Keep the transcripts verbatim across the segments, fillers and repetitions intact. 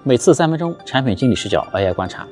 每次三分钟，产品经理视角 A I 观察。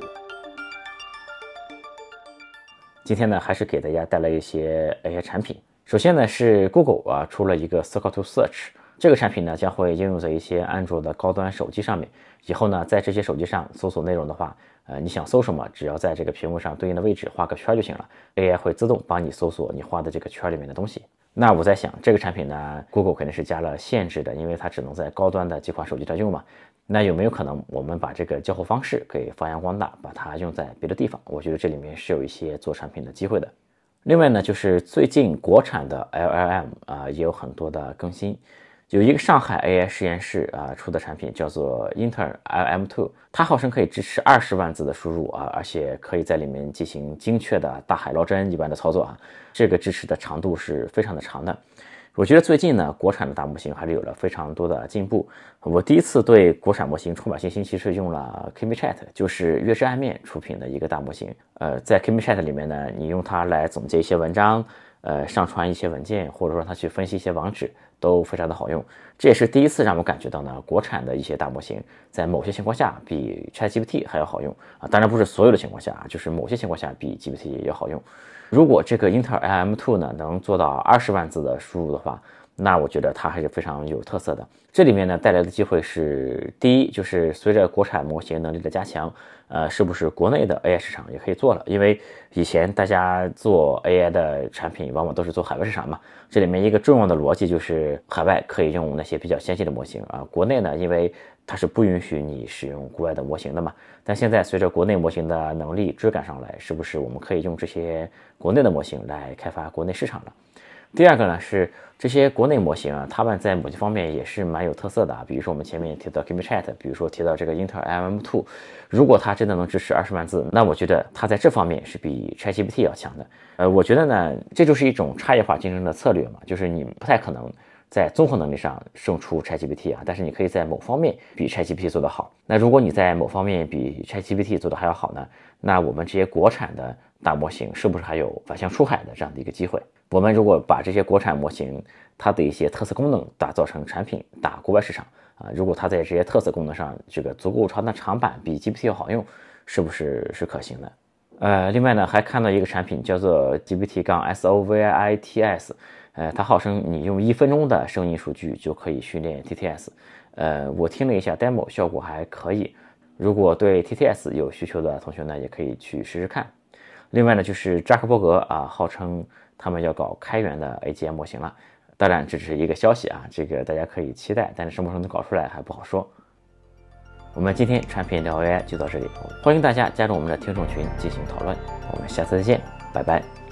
今天呢，还是给大家带来一些 A I 产品。首先呢，是 Google 啊出了一个 Circle to Search， 这个产品呢将会应用在一些安卓的高端手机上面。以后呢，在这些手机上搜索内容的话，呃，你想搜什么，只要在这个屏幕上对应的位置画个圈就行了 ，A I 会自动帮你搜索你画的这个圈里面的东西。那我在想，这个产品呢 ，Google 肯定是加了限制的，因为它只能在高端的几款手机上用嘛。那有没有可能我们把这个交互方式给发扬光大，把它用在别的地方？我觉得这里面是有一些做产品的机会的。另外呢，就是最近国产的 L L M 啊、呃、也有很多的更新。有一个上海 A I 实验室啊、呃、出的产品叫做 Inter L M 二， 它号称可以支持二十万字的输入啊，而且可以在里面进行精确的大海捞针一般的操作啊。这个支持的长度是非常的长的。我觉得最近呢，国产的大模型还是有了非常多的进步。我第一次对国产模型充满信心，其实用了 Kimi Chat， 就是月之暗面出品的一个大模型。呃，在 Kimi Chat 里面呢，你用它来总结一些文章，呃，上传一些文件，或者说它去分析一些网址，都非常的好用。这也是第一次让我感觉到呢，国产的一些大模型在某些情况下比 ChatGPT 还要好用啊。当然不是所有的情况下，就是某些情况下比 G P T 也要好用。如果这个 Intel L M 二 呢能做到二十万字的输入的话，那我觉得它还是非常有特色的。这里面呢带来的机会是，第一就是随着国产模型能力的加强，呃，是不是国内的 A I 市场也可以做了？因为以前大家做 A I 的产品往往都是做海外市场嘛，这里面一个重要的逻辑就是海外可以用那些比较先进的模型啊，国内呢因为它是不允许你使用国外的模型的嘛。但现在随着国内模型的能力追赶上来，是不是我们可以用这些国内的模型来开发国内市场了？第二个呢是这些国内模型啊，他们在某些方面也是蛮有特色的啊。比如说我们前面提到 Kimi Chat， 比如说提到这个 Intel L M 二， 如果它真的能支持二十万字，那我觉得它在这方面是比 ChatGPT 要强的。呃，我觉得呢，这就是一种差异化竞争的策略嘛，就是你不太可能在综合能力上胜出 ChatGPT 啊，但是你可以在某方面比 ChatGPT 做得好。那如果你在某方面比 ChatGPT 做得还要好呢，那我们这些国产的大模型是不是还有反向出海的这样的一个机会？我们如果把这些国产模型它的一些特色功能打造成产品打国外市场啊，如果它在这些特色功能上这个足够长的长板比 G P T 要好用，是不是是可行的？呃，另外呢，还看到一个产品叫做 G P T-S O V I T S， 呃，它号称你用一分钟的声音数据就可以训练 T T S。呃，我听了一下 demo， 效果还可以。如果对 T T S 有需求的同学呢，也可以去试试看。另外呢，就是扎克伯格啊，号称他们要搞开源的 A G I 模型了。当然，这只是一个消息啊，这个大家可以期待，但是什么时候能搞出来还不好说。我们今天产品聊 A I 就到这里，欢迎大家加入我们的听众群进行讨论。我们下次再见，拜拜。